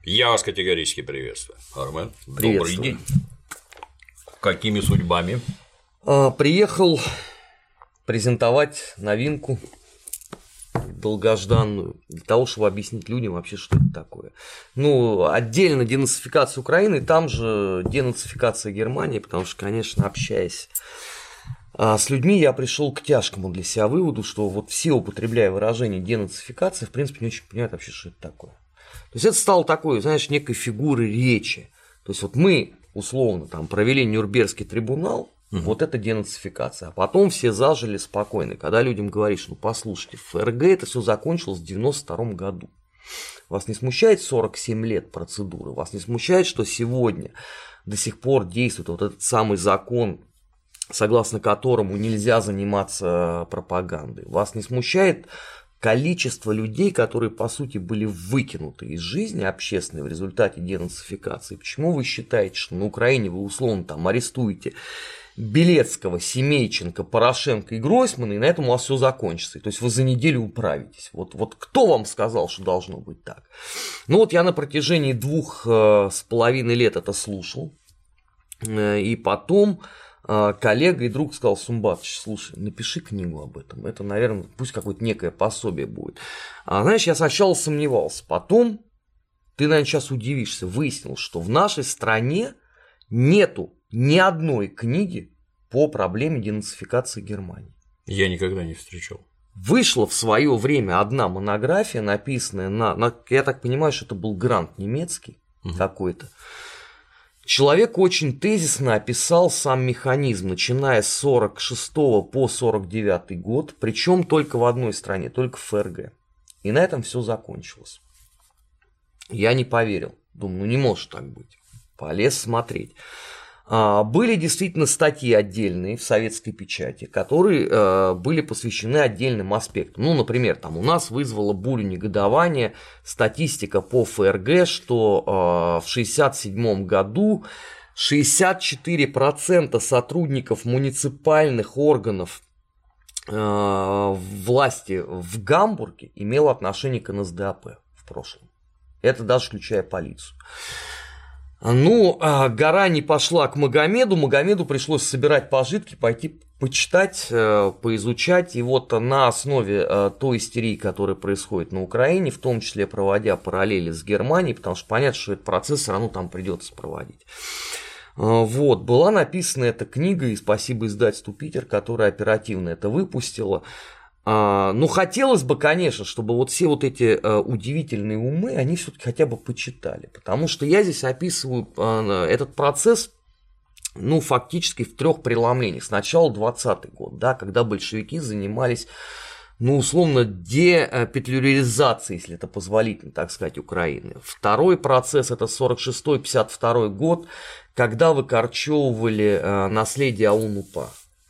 Я вас категорически приветствую. Армен, добрый день. Какими судьбами? Приехал презентовать новинку долгожданную, для того, чтобы объяснить людям вообще, что это такое. Ну, отдельно денацификация Украины, там же денацификация Германии, потому что, конечно, общаясь с людьми, я пришел к тяжкому для себя выводу, что вот все, употребляя выражение денацификация, в принципе, не очень понимают вообще, что это такое. То есть это стало такой, знаешь, некой фигурой речи. То есть вот мы, условно, там провели Нюрнбергский трибунал, вот это денацификация. А потом все зажили спокойно. Когда людям говоришь, ну послушайте, в ФРГ это все закончилось в 1992 году. Вас не смущает 47 лет процедуры? Вас не смущает, что сегодня до сих пор действует вот этот самый закон, согласно которому нельзя заниматься пропагандой? Вас не смущает количество людей, которые, по сути, были выкинуты из жизни общественной в результате денацификации? Почему вы считаете, что на Украине вы условно там арестуете Белецкого, Семейченко, Порошенко и Гройсмана, и на этом у вас все закончится? То есть вы за неделю управитесь. Вот кто вам сказал, что должно быть так? Ну вот я на протяжении 2,5 лет это слушал, и потом коллега и друг сказал: Сумбатович, слушай, напиши книгу об этом. Это, наверное, пусть какое-то некое пособие будет. Знаешь, я сначала сомневался, потом, ты, наверное, сейчас удивишься, выяснил, что в нашей стране нету ни одной книги по проблеме денацификации Германии. Я никогда не встречал. Вышла в свое время одна монография, написанная я так понимаю, что это был грант немецкий какой-то. Человек очень тезисно описал сам механизм, начиная с 1946 по 1949 год, причем только в одной стране, только в ФРГ. И на этом все закончилось. Я не поверил. Думаю, ну не может так быть. Полез смотреть. Были действительно статьи отдельные в советской печати, которые были посвящены отдельным аспектам. Ну, например, там у нас вызвала бурю негодования статистика по ФРГ, что в 1967 году 64% сотрудников муниципальных органов власти в Гамбурге имело отношение к НСДАП в прошлом. Это даже включая полицию. Ну, гора не пошла к Магомеду, Магомеду пришлось собирать пожитки, пойти почитать, поизучать, и вот на основе той истерии, которая происходит на Украине, в том числе проводя параллели с Германией, потому что понятно, что этот процесс все равно там придется проводить. Вот, была написана эта книга, и спасибо издательству «Питер», которое оперативно это выпустило. Ну, хотелось бы, конечно, чтобы вот все вот эти удивительные умы, они все-таки хотя бы почитали, потому что я здесь описываю этот процесс, ну, фактически в 3 преломлениях. Сначала 20-й год, да, когда большевики занимались, ну, условно, депетлюризацией, если это позволительно, так сказать, Украины. Второй процесс – это 46-52 год, когда выкорчевывали наследие АУН-УПА.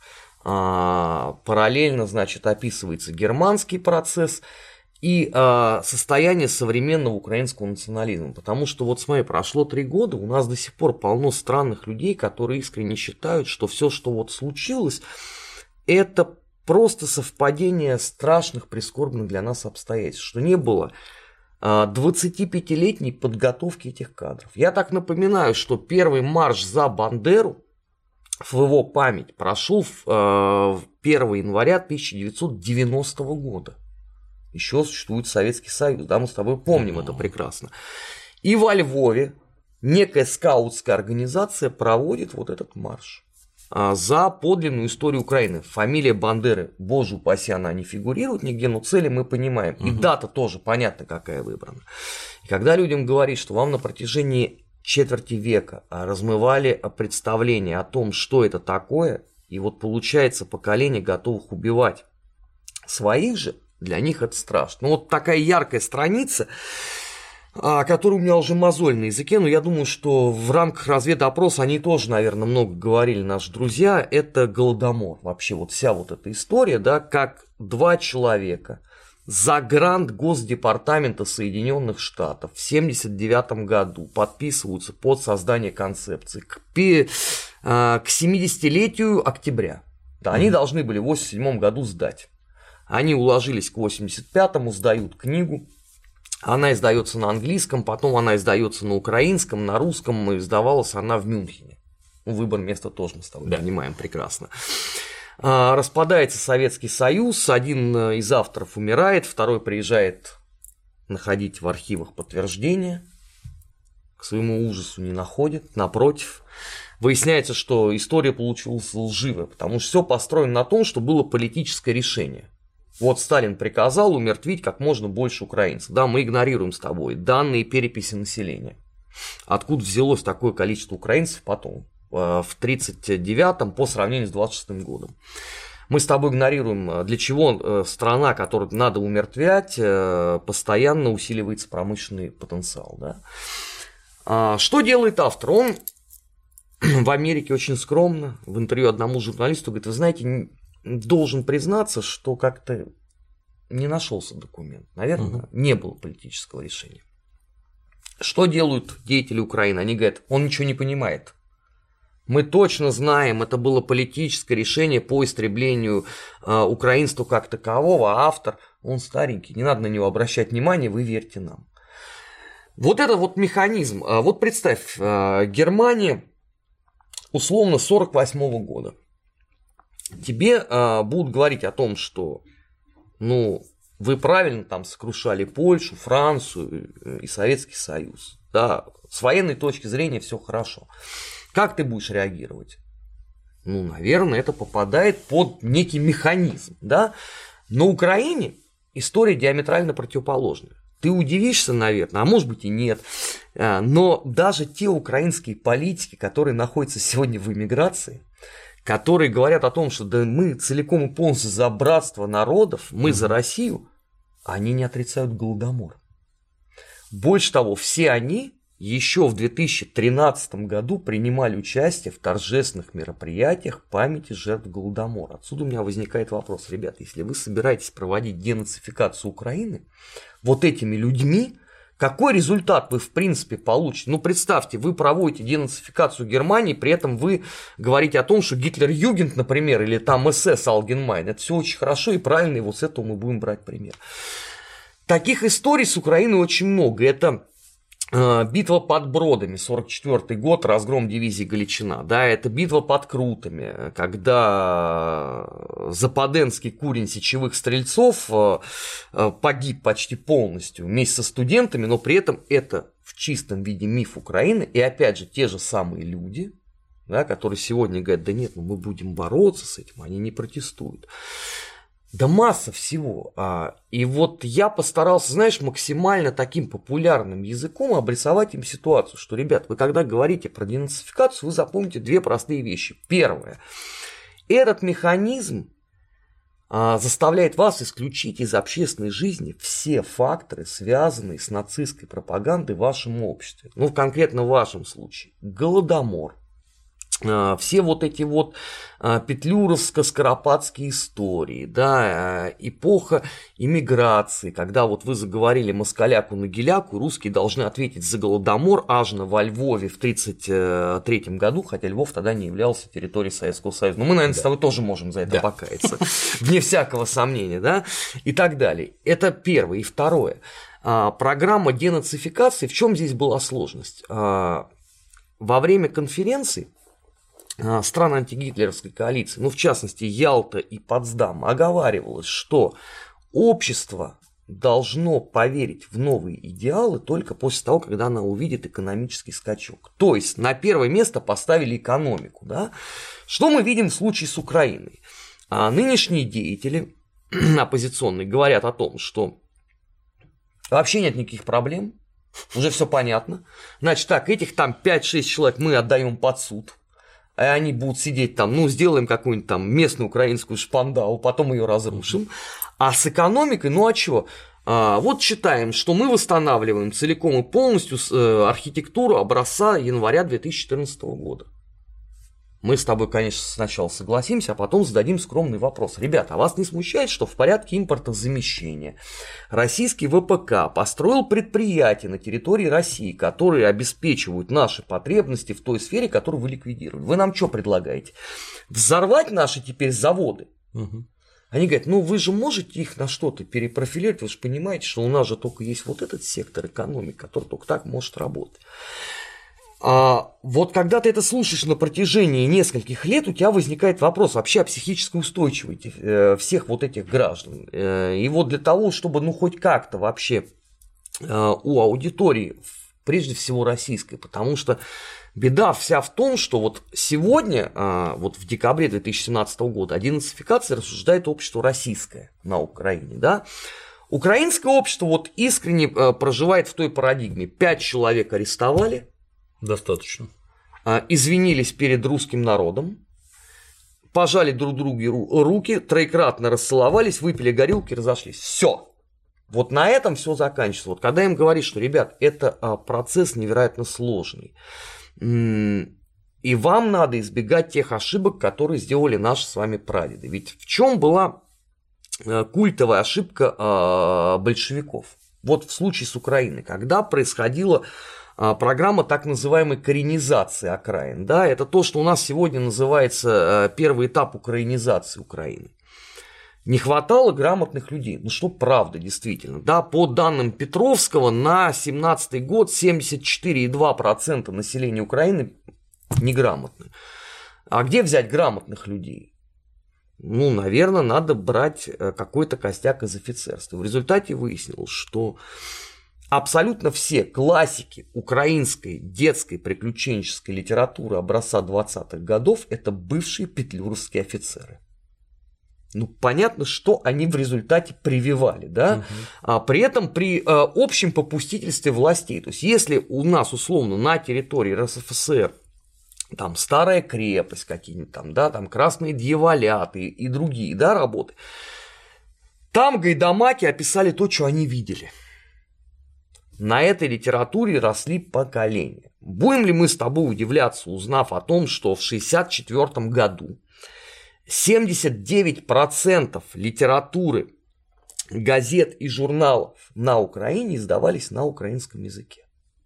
Параллельно, значит, описывается германский процесс и состояние современного украинского национализма. Потому что, вот смотри, прошло 3 года, у нас до сих пор полно странных людей, которые искренне считают, что все, что вот случилось, это просто совпадение страшных, прискорбных для нас обстоятельств, что не было 25-летней подготовки этих кадров. Я так напоминаю, что первый марш за Бандеру в его память прошел 1 января 1990 года. Еще существует Советский Союз, да, мы с тобой помним это прекрасно. И во Львове некая скаутская организация проводит вот этот марш за подлинную историю Украины. Фамилия Бандеры, боже упаси, она не фигурирует нигде, но цели мы понимаем. И дата тоже понятно, какая выбрана. И когда людям говорить, что вам на протяжении четверти века размывали представление о том, что это такое, и вот получается поколение готовых убивать своих же, для них это страшно. Ну вот такая яркая страница, которая у меня уже мозоль на языке, но я думаю, что в рамках разведопроса они тоже, наверное, много говорили, наши друзья, это Голодомор. Вообще вот вся вот эта история, да, как 2 человека за грант Госдепартамента Соединенных Штатов в 1979 году подписываются под создание концепции к 70-летию октября. Да, они должны были в 1987 году сдать. Они уложились к 1985-му, сдают книгу. Она издается на английском, потом она издается на украинском, на русском, и издавалась она в Мюнхене. Выбор места тоже мы с тобой понимаем прекрасно. Распадается Советский Союз, один из авторов умирает, второй приезжает находить в архивах подтверждения. К своему ужасу не находит, напротив. Выясняется, что история получилась лживой, потому что все построено на том, что было политическое решение. Вот Сталин приказал умертвить как можно больше украинцев. Да, мы игнорируем с тобой данные переписи населения. Откуда взялось такое количество украинцев потом, в 1939-м по сравнению с 1926 годом. Мы с тобой игнорируем, для чего страна, которую надо умертвлять, постоянно усиливается промышленный потенциал. Да? Что делает автор? Он в Америке очень скромно, в интервью одному журналисту говорит: вы знаете, должен признаться, что как-то не нашелся документ. Наверное, не было политического решения. Что делают деятели Украины? Они говорят: он ничего не понимает. Мы точно знаем, это было политическое решение по истреблению украинства как такового, а автор, он старенький, не надо на него обращать внимание, вы верьте нам. Вот это вот механизм. Вот представь, Германия условно 1948 года. Тебе будут говорить о том, что вы правильно там сокрушали Польшу, Францию и Советский Союз. Да, с военной точки зрения все хорошо. Как ты будешь реагировать? Наверное, это попадает под некий механизм. Да? На Украине история диаметрально противоположная. Ты удивишься, наверное, а может быть и нет, но даже те украинские политики, которые находятся сегодня в эмиграции, которые говорят о том, что да мы целиком и полностью за братство народов, мы за Россию, они не отрицают Голодомор. Больше того, все они еще в 2013 году принимали участие в торжественных мероприятиях памяти жертв Голодомора. Отсюда у меня возникает вопрос: ребята, если вы собираетесь проводить денацификацию Украины вот этими людьми, какой результат вы в принципе получите? Представьте, вы проводите денацификацию Германии, при этом вы говорите о том, что Гитлер-Югент, например, или там СС Алгенмайн, это все очень хорошо и правильно, и вот с этого мы будем брать пример. Таких историй с Украины очень много. Это битва под Бродами, 1944 год, разгром дивизии Галичина. Да, это битва под Крутами, когда западенский курень сечевых стрельцов погиб почти полностью вместе со студентами, но при этом это в чистом виде миф Украины. И опять же, те же самые люди, да, которые сегодня говорят: да нет, мы будем бороться с этим, они не протестуют. Да масса всего. И вот я постарался, максимально таким популярным языком обрисовать им ситуацию, что, ребят, вы когда говорите про денацификацию, вы запомните две простые вещи. Первое. Этот механизм заставляет вас исключить из общественной жизни все факторы, связанные с нацистской пропагандой в вашем обществе. Конкретно в вашем случае. Голодомор. Все вот эти вот петлюровско-скоропадские истории, да, эпоха иммиграции, когда вот вы заговорили москаляку на геляку, русские должны ответить за Голодомор ажно во Львове в 1933 году, хотя Львов тогда не являлся территорией Советского Союза. Но мы, наверное, с тобой тоже можем за это покаяться, вне всякого сомнения, да, и так далее. Это первое. И второе. Программа денацификации, в чем здесь была сложность? Во время конференции стран антигитлеровской коалиции, в частности Ялта и Потсдам, оговаривалось, что общество должно поверить в новые идеалы только после того, когда она увидит экономический скачок. То есть на первое место поставили экономику. Да? Что мы видим в случае с Украиной? Нынешние деятели оппозиционные говорят о том, что вообще нет никаких проблем, уже все понятно. Значит так, этих там 5-6 человек мы отдаем под суд. И они будут сидеть там, сделаем какую-нибудь там местную украинскую шпандау, потом ее разрушим. А с экономикой, а чего? Вот считаем, что мы восстанавливаем целиком и полностью архитектуру образца января 2014 года. Мы с тобой, конечно, сначала согласимся, а потом зададим скромный вопрос. Ребята, а вас не смущает, что в порядке импортозамещения российский ВПК построил предприятия на территории России, которые обеспечивают наши потребности в той сфере, которую вы ликвидировали? Вы нам что предлагаете? Взорвать наши теперь заводы? Они говорят, ну вы же можете их на что-то перепрофилировать, вы же понимаете, что у нас же только есть вот этот сектор экономики, который только так может работать. Вот когда ты это слушаешь на протяжении нескольких лет, у тебя возникает вопрос вообще о психической устойчивости всех вот этих граждан. И вот для того, чтобы ну хоть как-то вообще у аудитории, прежде всего российской, потому что беда вся в том, что вот сегодня, вот в декабре 2017 года, о денацификации рассуждает общество российское на Украине, да. Украинское общество вот искренне проживает в той парадигме. 5 человек арестовали. Достаточно. Извинились перед русским народом, пожали друг другу руки, троекратно расцеловались, выпили горилки, разошлись. Все. Вот на этом все заканчивается. Вот когда им говоришь, что, ребят, это процесс невероятно сложный, и вам надо избегать тех ошибок, которые сделали наши с вами прадеды. Ведь в чем была культовая ошибка большевиков? Вот в случае с Украиной, когда происходила программа так называемой коренизации окраин. Да, это то, что у нас сегодня называется первый этап украинизации Украины. Не хватало грамотных людей. Ну что правда, действительно. Да, по данным Петровского, на 2017 год 74,2% населения Украины неграмотны. А где взять грамотных людей? Ну, наверное, надо брать какой-то костяк из офицерства. В результате выяснилось, что абсолютно все классики украинской детской приключенческой литературы образца 20-х годов – это бывшие петлюровские офицеры. Ну, понятно, что они в результате прививали, да, а при этом при общем попустительстве властей. То есть, если у нас, условно, на территории РСФСР там старая крепость какие-нибудь там, да, там красные дьяволяты и другие, да, работы, там гайдамаки описали то, что они видели. На этой литературе росли поколения. Будем ли мы с тобой удивляться, узнав о том, что в 1964 году 79% литературы, газет и журналов на Украине издавались на украинском языке?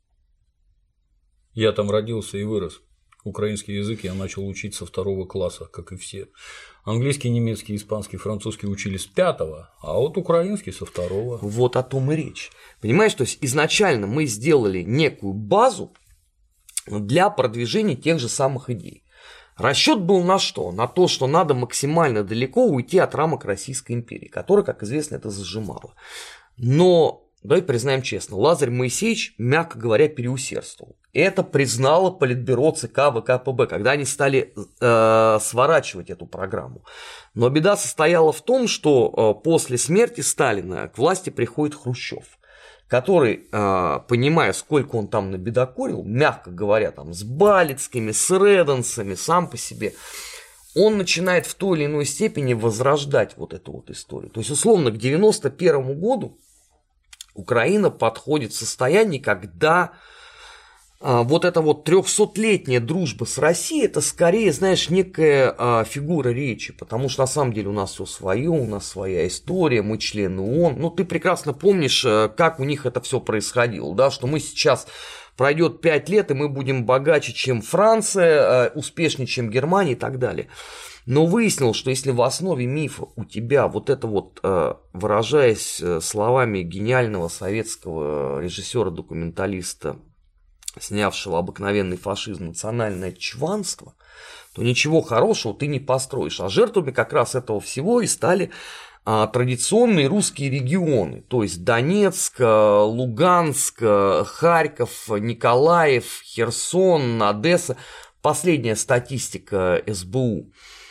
Я там родился и вырос. Украинский язык я начал учить со 2 класса, как и все. Английский, немецкий, испанский, французский учили с 5, а вот украинский со 2. Вот о том и речь. Понимаешь, то есть изначально мы сделали некую базу для продвижения тех же самых идей. Расчет был на что? На то, что надо максимально далеко уйти от рамок Российской империи, которая, как известно, это зажимала. Но, давай признаем честно, Лазарь Моисеевич, мягко говоря, переусердствовал. Это признало Политбюро ЦК ВКПБ, когда они стали сворачивать эту программу. Но беда состояла в том, что после смерти Сталина к власти приходит Хрущев, который, понимая, сколько он там набедокурил, мягко говоря, там, с Балицкими, с Реденсами, сам по себе, он начинает в той или иной степени возрождать вот эту вот историю. То есть, условно, к 1991 году Украина подходит в состоянии, когда вот эта вот 300-летняя дружба с Россией, это скорее, знаешь, некая фигура речи, потому что на самом деле у нас все свое, у нас своя история, мы члены ООН. Ну, ты прекрасно помнишь, как у них это все происходило, да, что мы сейчас пройдет 5 лет, и мы будем богаче, чем Франция, успешнее, чем Германия и так далее. Но выяснилось, что если в основе мифа у тебя вот это вот, выражаясь словами гениального советского режиссера-документалиста, снявшего обыкновенный фашизм, национальное чванство, то ничего хорошего ты не построишь. А жертвами как раз этого всего и стали традиционные русские регионы, то есть Донецк, Луганск, Харьков, Николаев, Херсон, Одесса. Последняя статистика СБУ.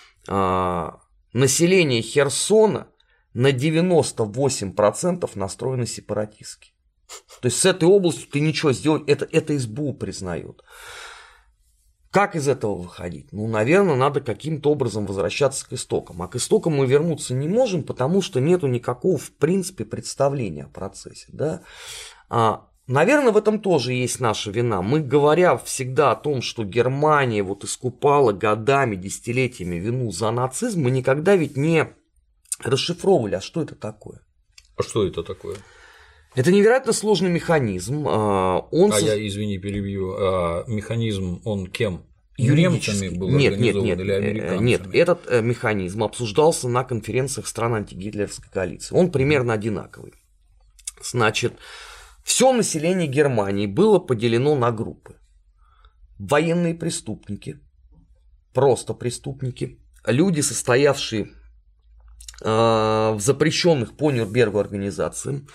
Население Херсона на 98% настроено сепаратистски. То есть с этой областью ты ничего сделать, это СБУ признает. Как из этого выходить? Ну, наверное, надо каким-то образом возвращаться к истокам. А к истокам мы вернуться не можем, потому что нету никакого, в принципе, представления о процессе. Да? Наверное, в этом тоже есть наша вина. Мы, говоря всегда о том, что Германия вот искупала годами, десятилетиями вину за нацизм, мы никогда ведь не расшифровывали, а что это такое. А что это такое? Это невероятно сложный механизм. Я, извини, перебью. Механизм, он кем Немцами был организован или американцами? Нет, этот механизм обсуждался на конференциях стран антигитлеровской коалиции. Он примерно одинаковый. Значит, все население Германии было поделено на группы. Военные преступники, просто преступники, люди, состоявшие в запрещенных по Нюрнбергу организациям,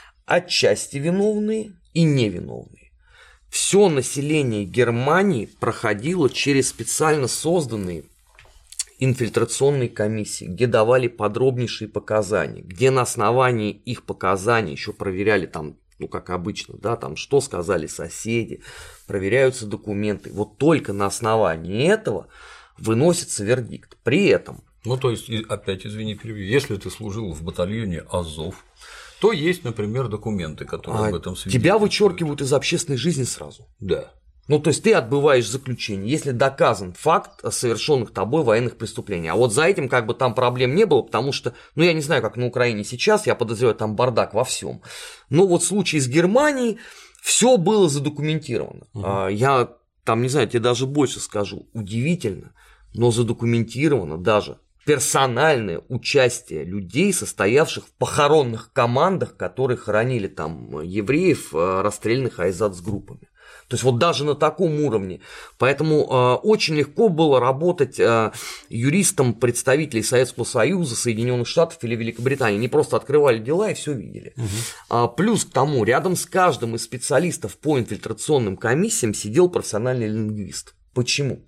отчасти виновные и невиновные. Все население Германии проходило через специально созданные инфильтрационные комиссии, где давали подробнейшие показания, где на основании их показаний еще проверяли там, ну как обычно, да, там что сказали соседи, проверяются документы. Вот только на основании этого выносится вердикт. При этом... Ну, то есть, опять, извини, перебью, если ты служил в батальоне Азов, то есть, например, документы, которые об этом свидетельствуют. Тебя вычеркивают из общественной жизни сразу. Да. Ну, то есть, ты отбываешь заключение, если доказан факт совершенных тобой военных преступлений. А вот за этим как бы там проблем не было, потому что, ну, я не знаю, как на Украине сейчас, я подозреваю, там бардак во всем. Но вот в случае с Германией все было задокументировано. Я там, не знаю, тебе даже больше скажу, удивительно, но задокументировано даже персональное участие людей, состоявших в похоронных командах, которые хоронили там евреев, расстрелянных айзац-группами. То есть вот даже на таком уровне. Поэтому очень легко было работать юристам представителей Советского Союза, Соединенных Штатов или Великобритании. Они просто открывали дела и все видели. Плюс к тому, рядом с каждым из специалистов по инфильтрационным комиссиям сидел профессиональный лингвист. Почему?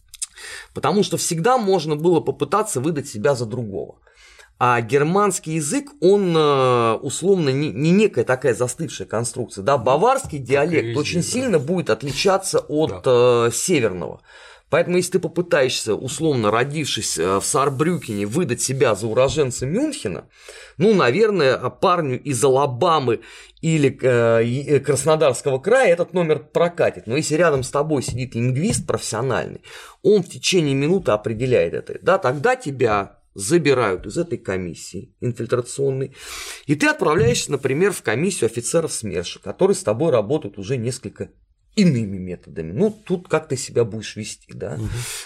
Потому что всегда можно было попытаться выдать себя за другого. А германский язык, он условно не некая такая застывшая конструкция. Да? Баварский диалект очень сильно будет отличаться от северного. Поэтому, если ты попытаешься, условно родившись в Саарбрюкене, выдать себя за уроженца Мюнхена, ну, наверное, парню из Алабамы или Краснодарского края этот номер прокатит. Но если рядом с тобой сидит лингвист профессиональный, он в течение минуты определяет это. Да, тогда тебя забирают из этой комиссии инфильтрационной, и ты отправляешься, например, в комиссию офицеров СМЕРШа, которые с тобой работают уже несколько иными методами. Ну, тут как ты себя будешь вести, да?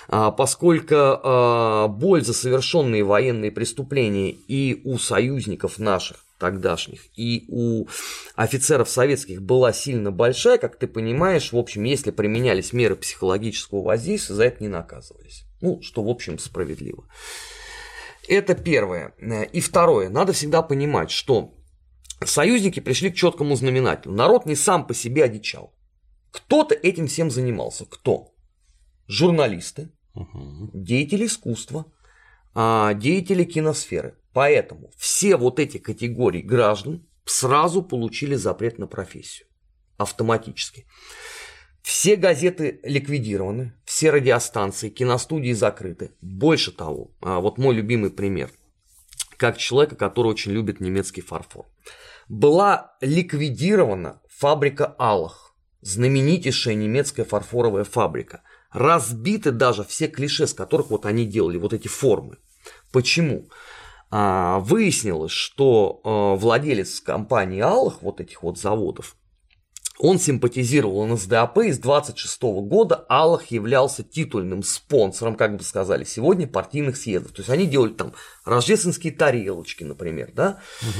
Поскольку боль за совершенные военные преступления и у союзников наших тогдашних, и у офицеров советских была сильно большая, как ты понимаешь, в общем, если применялись меры психологического воздействия, за это не наказывались. Ну, что, в общем, справедливо. Это первое. И второе. Надо всегда понимать, что союзники пришли к четкому знаменателю. Народ не сам по себе одичал. Кто-то этим всем занимался. Кто? Журналисты, деятели искусства, деятели киносферы. Поэтому все вот эти категории граждан сразу получили запрет на профессию. Автоматически. Все газеты ликвидированы, все радиостанции, киностудии закрыты. Больше того, вот мой любимый пример, как человека, который очень любит немецкий фарфор. Была ликвидирована фабрика Аллах, знаменитейшая немецкая фарфоровая фабрика. Разбиты даже все клише, с которых вот они делали вот эти формы. Почему? Выяснилось, что владелец компании Аллах, вот этих вот заводов, он симпатизировал НСДАП, и с 1926 года Аллах являлся титульным спонсором, как бы сказали сегодня, партийных съездов. То есть они делали там рождественские тарелочки, например. Да?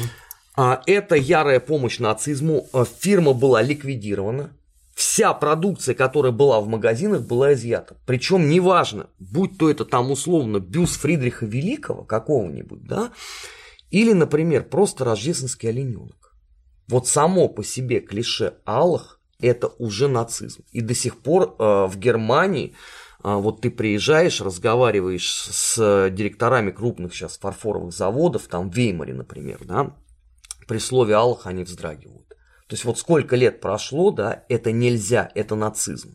Это ярая помощь нацизму. Фирма была ликвидирована. Вся продукция, которая была в магазинах, была изъята. Причем неважно, будь то это там условно бюст Фридриха Великого какого-нибудь, да, или, например, просто рождественский олененок. Вот само по себе клише Аллах – это уже нацизм. И до сих пор в Германии вот ты приезжаешь, разговариваешь с директорами крупных сейчас фарфоровых заводов, там в Веймаре, например, да, при слове Аллах они вздрагивают. То есть вот сколько лет прошло, да, это нельзя, это нацизм.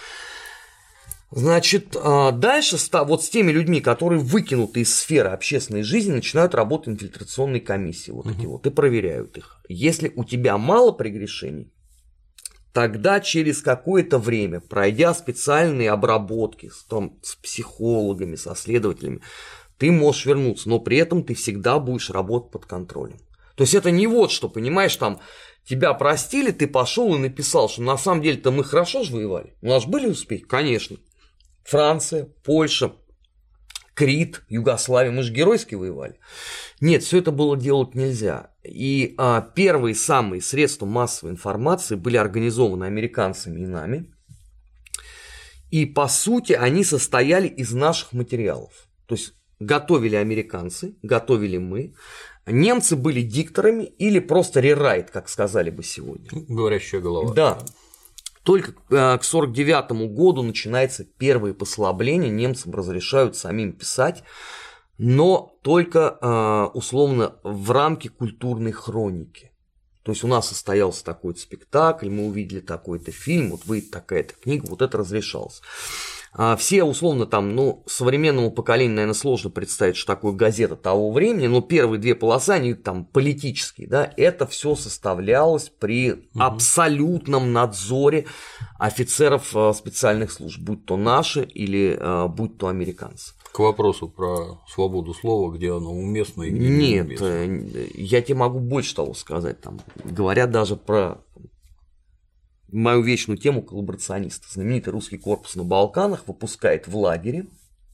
Значит, дальше вот с теми людьми, которые выкинуты из сферы общественной жизни, начинают работать инфильтрационные комиссии вот эти вот, и проверяют их. Если у тебя мало прегрешений, тогда через какое-то время, пройдя специальные обработки с психологами, со следователями, ты можешь вернуться, но при этом ты всегда будешь работать под контролем. То есть это не вот что, понимаешь, там тебя простили, ты пошел и написал, что на самом деле-то мы хорошо же воевали, у нас были успехи, конечно. Франция, Польша, Крит, Югославия. Мы же геройски воевали. Нет, все это было делать нельзя. И первые самые средства массовой информации были организованы американцами и нами. И по сути они состояли из наших материалов. То есть готовили американцы, готовили мы. Немцы были дикторами или просто рерайт, как сказали бы сегодня. Говорящая голова. Да. Только к 1949 году начинается первое послабление, немцам разрешают самим писать, но только условно в рамке культурной хроники. То есть у нас состоялся такой-то спектакль, мы увидели такой-то фильм, вот выйдет такая-то книга, вот это разрешалось. Все условно там, современному поколению, наверное, сложно представить, что такое газета того времени, но первые две полосы, они там политические, да, это все составлялось при абсолютном надзоре офицеров специальных служб, будь то наши или будь то американцы. К вопросу про свободу слова, где оно уместно и где неуместно. Нет, я тебе могу больше того сказать, там, говорят даже про мою вечную тему коллаборациониста. Знаменитый русский корпус на Балканах выпускает в лагере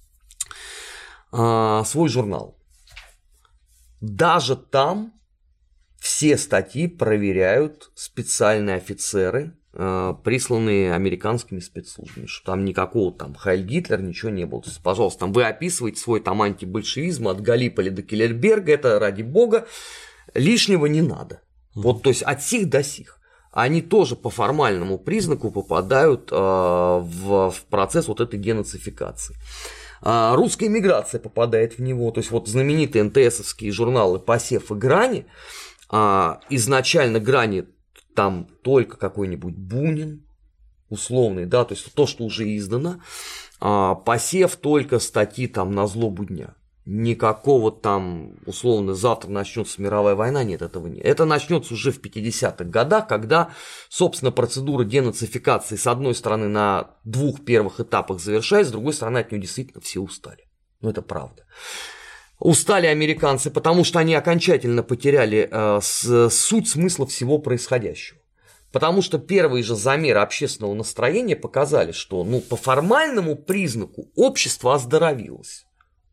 свой журнал. Даже там все статьи проверяют специальные офицеры, присланные американскими спецслужбами, что там никакого там Хайль Гитлер, ничего не было. То есть, пожалуйста, там вы описываете свой там антибольшевизм от Галиполи до Келлерберга, это ради бога, лишнего не надо. Вот, то есть от сих до сих. Они тоже по формальному признаку попадают в процесс вот этой денацификации. Русская эмиграция попадает в него, то есть вот знаменитые НТСовские журналы «Посев» и «Грани», изначально «Грани» там только какой-нибудь Бунин, условный, да, то есть то, что уже издано, «Посев» только статьи там на злобу дня. Никакого там, условно, завтра начнется мировая война, нет, этого нет. Это начнется уже в 50-х годах, когда, собственно, процедура денацификации с одной стороны на двух первых этапах завершается, с другой стороны от нее действительно все устали. Ну, это правда. Устали американцы, потому что они окончательно потеряли суть смысла всего происходящего. Потому что первые же замеры общественного настроения показали, что по формальному признаку общество оздоровилось.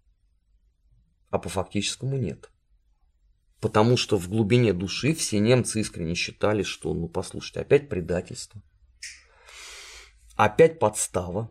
А по фактическому нет. Потому что в глубине души все немцы искренне считали, что, послушайте, опять предательство, опять подстава.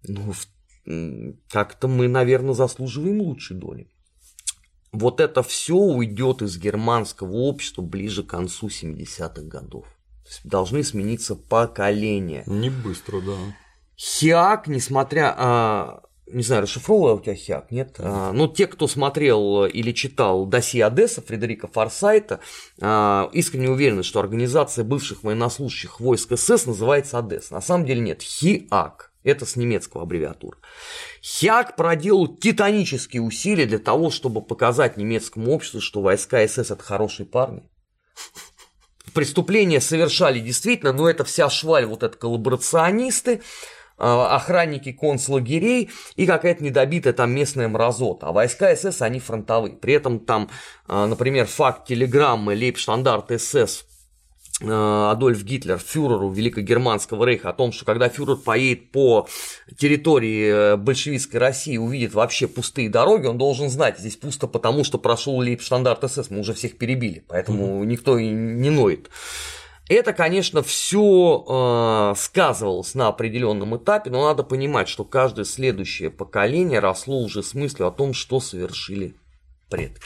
Как-то мы, наверное, заслуживаем лучшей доли. Вот это все уйдет из германского общества ближе к концу 70-х годов. То есть должны смениться поколения. Не быстро, да. ХИАК, несмотря... Не знаю, расшифровывал у тебя ХИАК, нет? Но те, кто смотрел или читал «Досье Одесса» Фредерика Форсайта, искренне уверены, что организация бывших военнослужащих войск СС называется Одесса. На самом деле нет, ХИАК. Это с немецкого аббревиатуры. ХИАК проделал титанические усилия для того, чтобы показать немецкому обществу, что войска СС – это хорошие парни. Преступления совершали действительно, но это вся шваль, вот это коллаборационисты, охранники концлагерей и какая-то недобитая там местная мразота. А войска СС, они фронтовые. При этом там, например, факт телеграммы лейбштандарт СС Адольф Гитлер фюреру Великогерманского рейха о том, что когда фюрер поедет по территории большевистской России и увидит вообще пустые дороги, он должен знать, здесь пусто потому, что прошел лейбштандарт СС, мы уже всех перебили, поэтому никто и не ноет. Это, конечно, все сказывалось на определенном этапе, но надо понимать, что каждое следующее поколение росло уже с мыслью о том, что совершили предки.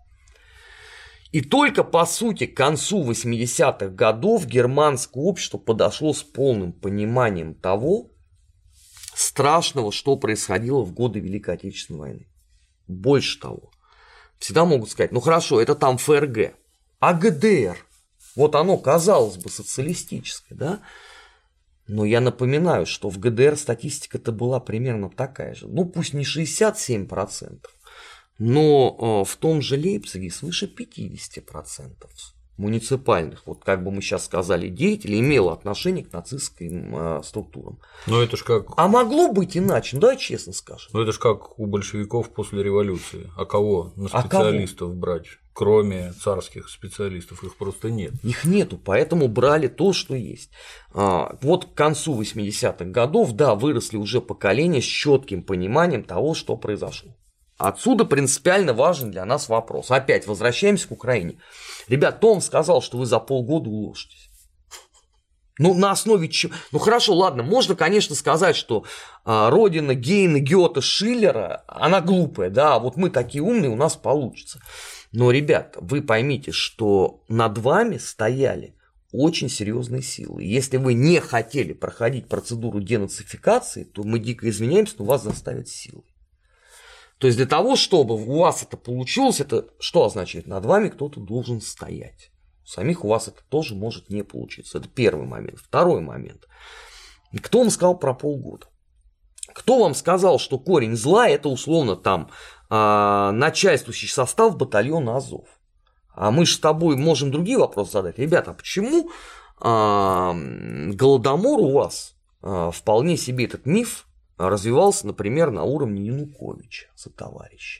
И только, по сути, к концу 80-х годов германское общество подошло с полным пониманием того страшного, что происходило в годы Великой Отечественной войны. Больше того, всегда могут сказать, хорошо, это там ФРГ, а ГДР? Вот оно, казалось бы, социалистическое, да? Но я напоминаю, что в ГДР статистика-то была примерно такая же. Пусть не 67%, но в том же Лейпциге свыше 50% муниципальных, вот как бы мы сейчас сказали, деятелей имело отношение к нацистским структурам. Но это ж как... А могло быть иначе, давай честно скажем. Это ж как у большевиков после революции. А кого на специалистов брать? Кроме царских специалистов, их просто нет. Их нету, поэтому брали то, что есть. Вот к концу 80-х годов, да, выросли уже поколения с четким пониманием того, что произошло. Отсюда принципиально важен для нас вопрос. Опять возвращаемся к Украине. Ребят, Том сказал, что вы за полгода уложитесь. Ну, на основе чего? Ну, хорошо, ладно, можно, конечно, сказать, что родина Гейна, Гёте, Шиллера, она глупая, да, вот мы такие умные, у нас получится. Но, ребят, вы поймите, что над вами стояли очень серьезные силы. Если вы не хотели проходить процедуру денацификации, то мы дико извиняемся, но вас заставят силой. То есть для того, чтобы у вас это получилось, это что означает? Над вами кто-то должен стоять. У самих у вас это тоже может не получиться. Это первый момент. Второй момент. Кто вам сказал про полгода? Кто вам сказал, что корень зла это условно там начальствующий состав батальона Азов? А мы же с тобой можем другие вопросы задать. Ребята, а почему Голодомор у вас вполне себе этот миф развивался, например, на уровне Януковича за товарищей?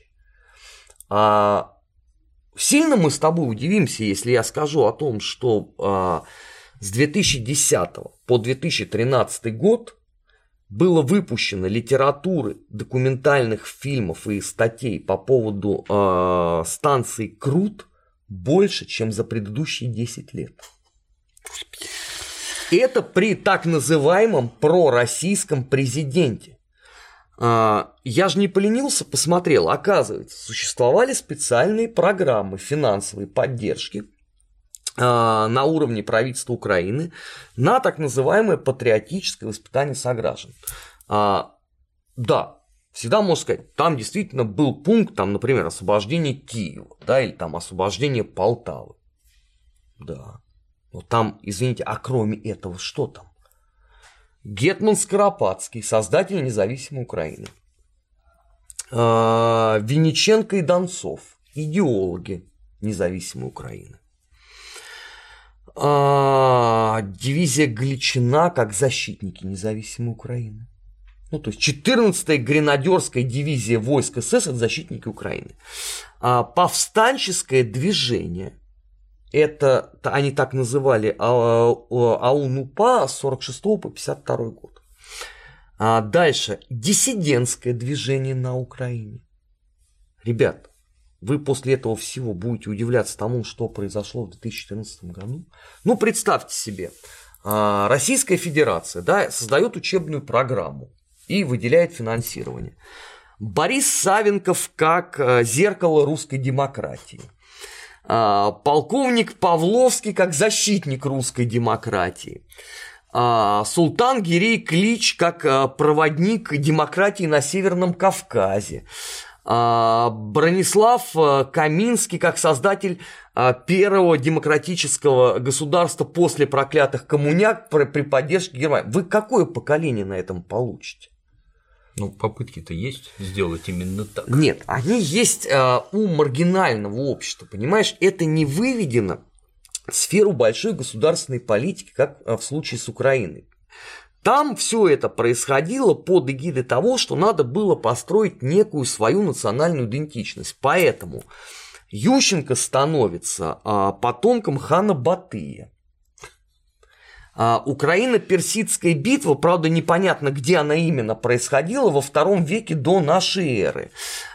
Сильно мы с тобой удивимся, если я скажу о том, что с 2010 по 2013 год было выпущено литературы, документальных фильмов и статей по поводу станции Крут больше, чем за предыдущие 10 лет. Это при так называемом пророссийском президенте. Я же не поленился, посмотрел. Оказывается, существовали специальные программы финансовой поддержки на уровне правительства Украины на так называемое патриотическое воспитание сограждан. Да, всегда можно сказать, там действительно был пункт, там, например, освобождение Киева, да, или там освобождение Полтавы. Да. Но там, извините, а кроме этого что там? Гетман Скоропадский, создатель независимой Украины. Винниченко и Донцов, идеологи независимой Украины. Дивизия Галичина как защитники независимой Украины. Ну, то есть 14-я гренадерская дивизия войск СС – это защитники Украины. Повстанческое движение, это они так называли АУН-УПА с 46 по 52 год. Дальше диссидентское движение на Украине. Ребят, вы после этого всего будете удивляться тому, что произошло в 2014 году. Ну, представьте себе, Российская Федерация, да, создает учебную программу и выделяет финансирование. Борис Савенков как зеркало русской демократии. Полковник Павловский как защитник русской демократии. Султан Гирей Клич как проводник демократии на Северном Кавказе. Бронислав Каминский как создатель первого демократического государства после проклятых коммуняк при поддержке Германии. Вы какое поколение на этом получите? Ну, попытки-то есть сделать именно так. Нет, они есть у маргинального общества, понимаешь? Это не выведено в сферу большой государственной политики, как в случае с Украиной. Там все это происходило под эгидой того, что надо было построить некую свою национальную идентичность. Поэтому Ющенко становится потомком хана Батыя. Украино-персидская битва, правда, непонятно, где она именно происходила, во II веке до нашей эры.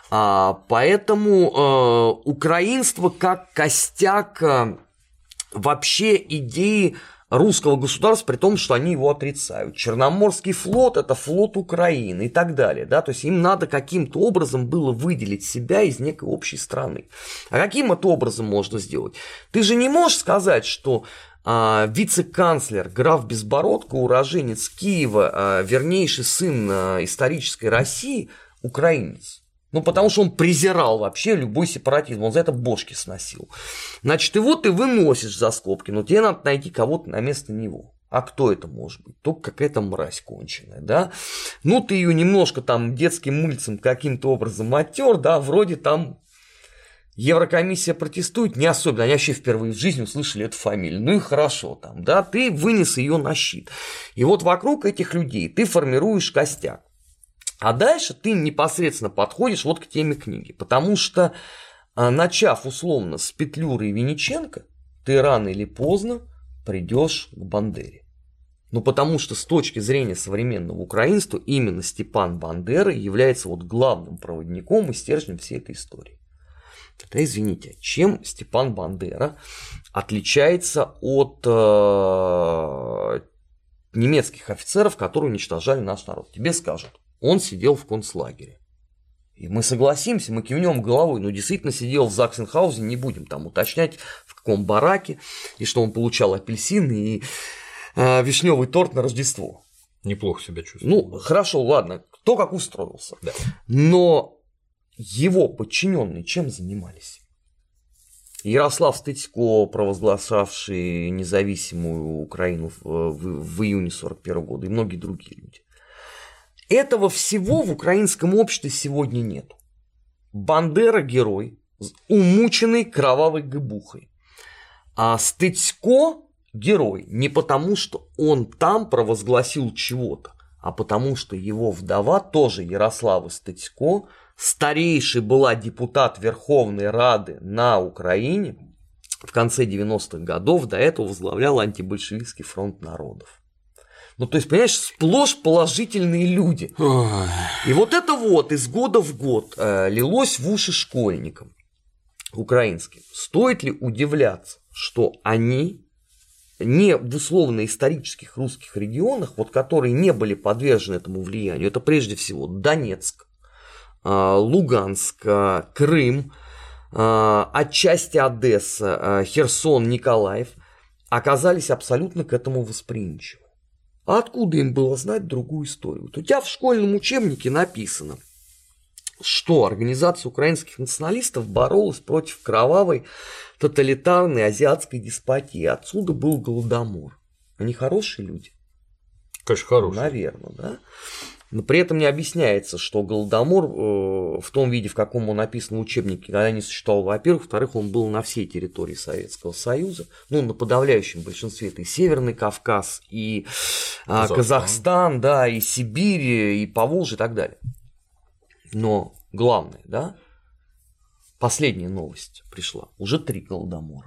Поэтому украинство как костяк вообще идеи русского государства, при том, что они его отрицают. Черноморский флот – это флот Украины и так далее. Да? То есть им надо каким-то образом было выделить себя из некой общей страны. А каким это образом можно сделать? Ты же не можешь сказать, что вице-канцлер граф Безбородко, уроженец Киева, вернейший сын исторической России, украинец. Ну, потому что он презирал вообще любой сепаратизм, он за это бошки сносил. Значит, его ты выносишь за скобки, но тебе надо найти кого-то на место него. А кто это может быть? Только какая-то мразь конченая, да? Ну, ты ее немножко там детским мыльцем каким-то образом оттер, да, вроде там Еврокомиссия протестует, не особенно, они вообще впервые в жизни услышали эту фамилию, ну и хорошо там, да, ты вынес ее на щит. И вот вокруг этих людей ты формируешь костяк. А дальше ты непосредственно подходишь вот к теме книги, потому что начав условно с Петлюры и Винниченко, ты рано или поздно придешь к Бандере. Ну, потому что с точки зрения современного украинства именно Степан Бандера является вот главным проводником и стержнем всей этой истории. Тогда извините, чем Степан Бандера отличается от немецких офицеров, которые уничтожали наш народ? Тебе скажут, он сидел в концлагере. И мы согласимся, мы кивнем головой, но действительно сидел в Заксенхаузене, не будем там уточнять, в каком бараке, и что он получал апельсины и вишневый торт на Рождество. Неплохо себя чувствует. Ну, хорошо, ладно, кто как устроился. Да. Но его подчиненные чем занимались? Ярослав Стытько, провозглашавший независимую Украину в июне 1941 года, и многие другие люди. Этого всего в украинском обществе сегодня нет. Бандера – герой, умученный кровавой гыбухой. А Стытько – герой не потому, что он там провозгласил чего-то, а потому, что его вдова, тоже Ярослава Стытько, старейшей была депутат Верховной Рады на Украине, в конце 90-х годов до этого возглавляла антибольшевистский фронт народов. Ну, то есть, понимаешь, сплошь положительные люди. Ой. И вот это вот из года в год лилось в уши школьникам украинским. Стоит ли удивляться, что они не в условно-исторических русских регионах, вот, которые не были подвержены этому влиянию, это прежде всего Донецк, Луганск, Крым, отчасти Одесса, Херсон, Николаев, оказались абсолютно к этому восприимчивы. А откуда им было знать другую историю? Вот у тебя в школьном учебнике написано, что организация украинских националистов боролась против кровавой тоталитарной азиатской деспотии. Отсюда был Голодомор. Они хорошие люди? Конечно, хорошие. Наверное, да? Но при этом не объясняется, что Голодомор в том виде, в каком он написан в учебнике, когда не существовал, во-первых. Во-вторых, он был на всей территории Советского Союза. Ну, на подавляющем большинстве. Это и Северный Кавказ, и Казахстан, да, и Сибирь, и Поволжье, и так далее. Но главное, да, последняя новость пришла. Уже 3 Голодомора.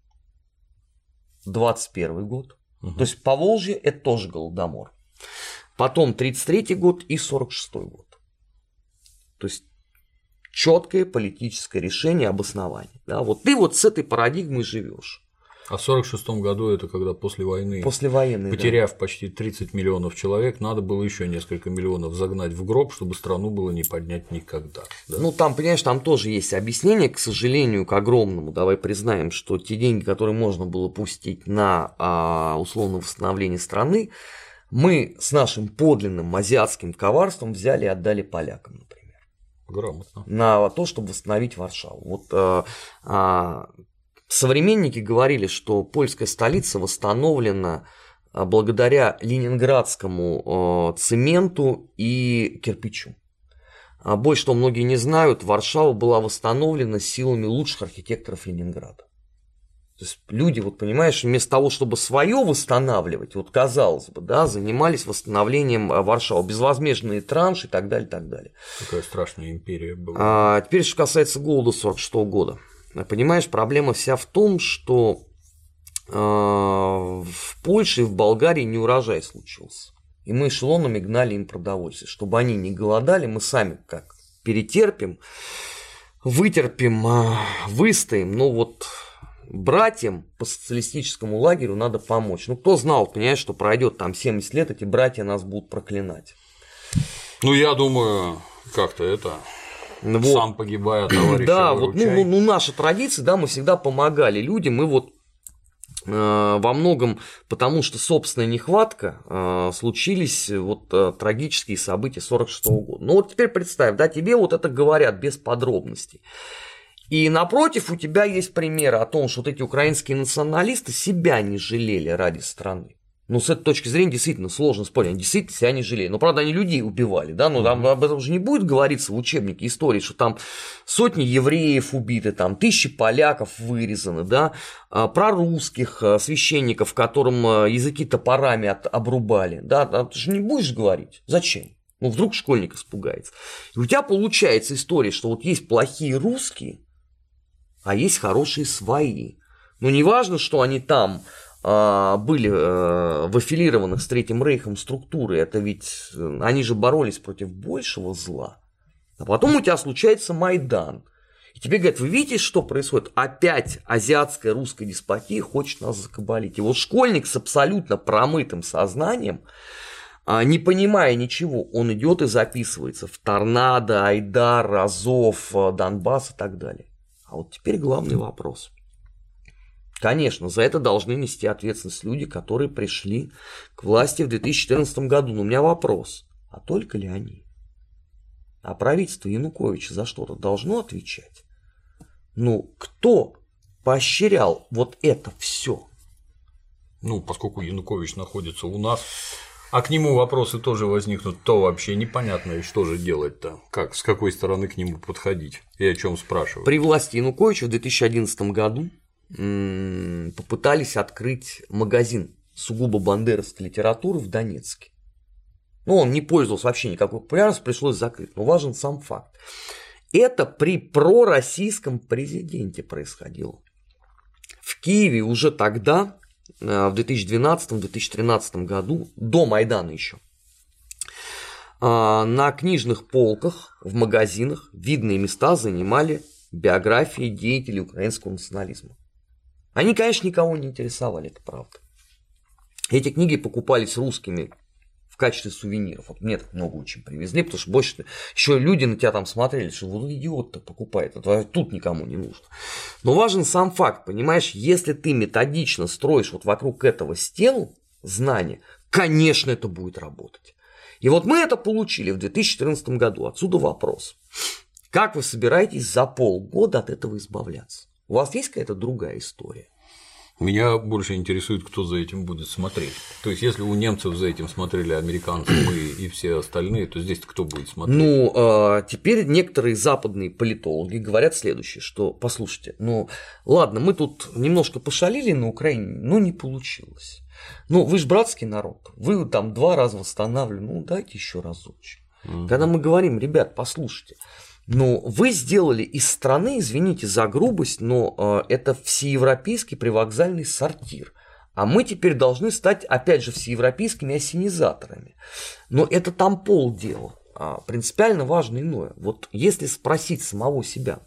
21 год. То есть Поволжье – это тоже Голодомор. Потом 1933 год и 1946 год. То есть четкое политическое решение, обоснование. Да? Вот ты вот с этой парадигмой живешь. А в 1946 году это когда после войны, послевоенный, потеряв почти 30 миллионов человек, надо было еще несколько миллионов загнать в гроб, чтобы страну было не поднять никогда. Да? Ну, там, понимаешь, там тоже есть объяснение, к сожалению, к огромному. Давай признаем, что те деньги, которые можно было пустить на условное восстановление страны, мы с нашим подлинным азиатским коварством взяли и отдали полякам, например. Грамотно. На то, чтобы восстановить Варшаву. Вот современники говорили, что польская столица восстановлена благодаря ленинградскому цементу и кирпичу. Больше того, многие не знают, Варшава была восстановлена силами лучших архитекторов Ленинграда. То есть люди, вот понимаешь, вместо того, чтобы свое восстанавливать, вот казалось бы, да, занимались восстановлением Варшавы, безвозмездные транши и так далее, и так далее. Какая страшная империя была. Теперь, что касается голода 1946 года. Понимаешь, проблема вся в том, что в Польше и в Болгарии неурожай случился. И мы эшелонами гнали им продовольствие. Чтобы они не голодали, мы сами как перетерпим, вытерпим, выстоим, но вот братьям по социалистическому лагерю надо помочь. Ну, кто знал, понимаешь, что пройдет там 70 лет, эти братья нас будут проклинать. Ну, я думаю, как-то это... Вот. Сам погибая, товарища да, выручай. вот, наша традиция, да, мы всегда помогали людям, мы вот во многом, потому что собственная нехватка, случились вот трагические события 1946 года. Ну вот теперь представь, да, тебе вот это говорят без подробностей. И напротив у тебя есть примеры о том, что вот эти украинские националисты себя не жалели ради страны. Ну, с этой точки зрения действительно сложно спорить, они действительно себя не жалели. Но, правда, они людей убивали, да, но там об этом же не будет говориться в учебнике истории, что там сотни евреев убиты, там тысячи поляков вырезаны, да, про русских священников, которым языки топорами обрубали, да, ты же не будешь говорить. Зачем? Ну, вдруг школьник испугается. И у тебя получается история, что вот есть плохие русские, а есть хорошие свои. Ну, не важно, что они там были в аффилированных с Третьим Рейхом структуры, это ведь они же боролись против большего зла. А потом у тебя случается Майдан. И тебе говорят, вы видите, что происходит? Опять азиатская русская деспотия хочет нас закабалить. И вот школьник с абсолютно промытым сознанием, не понимая ничего, он идет и записывается в Торнадо, Айдар, Азов, Донбасс и так далее. А вот теперь главный вопрос. Конечно, за это должны нести ответственность люди, которые пришли к власти в 2014 году. Но у меня вопрос, а только ли они? А правительство Януковича за что-то должно отвечать? Ну, кто поощрял вот это все? Ну, поскольку Янукович находится у нас, а к нему вопросы тоже возникнут, то вообще непонятно, и что же делать-то, как, с какой стороны к нему подходить и о чем спрашивать. При власти Януковича в 2011 году попытались открыть магазин сугубо бандеровской литературы в Донецке. Ну, он не пользовался вообще никакой популярностью, пришлось закрыть. Но важен сам факт. Это при пророссийском президенте происходило. В Киеве уже тогда, в 2012-2013 году, до Майдана еще, на книжных полках, в магазинах видные места занимали биографии деятелей украинского национализма. Они, конечно, никого не интересовали, это правда. Эти книги покупались русскими в качестве сувениров. Вот мне так много очень привезли, потому что больше еще люди на тебя там смотрели, что вот идиот-то покупает, а тут никому не нужно. Но важен сам факт, понимаешь, если ты методично строишь вот вокруг этого стену знания, конечно, это будет работать. И вот мы это получили в 2014 году. Отсюда вопрос. Как вы собираетесь за полгода от этого избавляться? У вас есть какая-то другая история? Меня больше интересует, кто за этим будет смотреть. То есть, если у немцев за этим смотрели американцы, мы и все остальные, то здесь кто будет смотреть? Ну, теперь некоторые западные политологи говорят следующее, что, послушайте, ну, ладно, мы тут немножко пошалили на Украине, но не получилось. Ну, вы же братский народ, вы там 2 раза восстанавливали, ну, дайте еще разочек. Когда мы говорим, ребят, послушайте, ну, вы сделали из страны, извините за грубость, но это всеевропейский привокзальный сортир. А мы теперь должны стать, опять же, всеевропейскими ассенизаторами. Но это там полдела. Принципиально важно иное. Вот если спросить самого себя,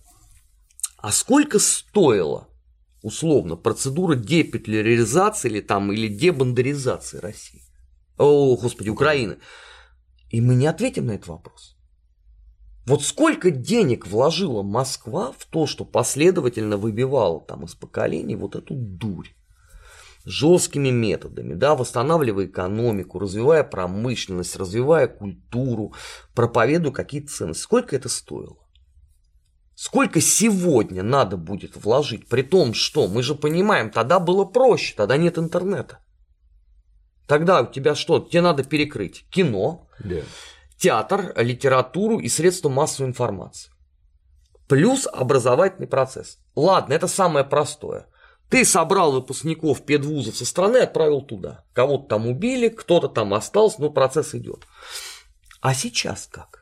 а сколько стоила, условно, процедура депетляризации или дебандеризации России? О, Господи, Украины. И мы не ответим на этот вопрос. Вот сколько денег вложила Москва в то, что последовательно выбивала там из поколений вот эту дурь жесткими методами, да, восстанавливая экономику, развивая промышленность, развивая культуру, проповедуя какие-то ценности. Сколько это стоило? Сколько сегодня надо будет вложить, при том, что мы же понимаем, тогда было проще, тогда нет интернета. Тогда у тебя что? Тебе надо перекрыть кино, театр, литературу и средства массовой информации. Плюс образовательный процесс. Ладно, это самое простое. Ты собрал выпускников педвузов со страны и отправил туда. Кого-то там убили, кто-то там остался, но процесс идет. А сейчас как?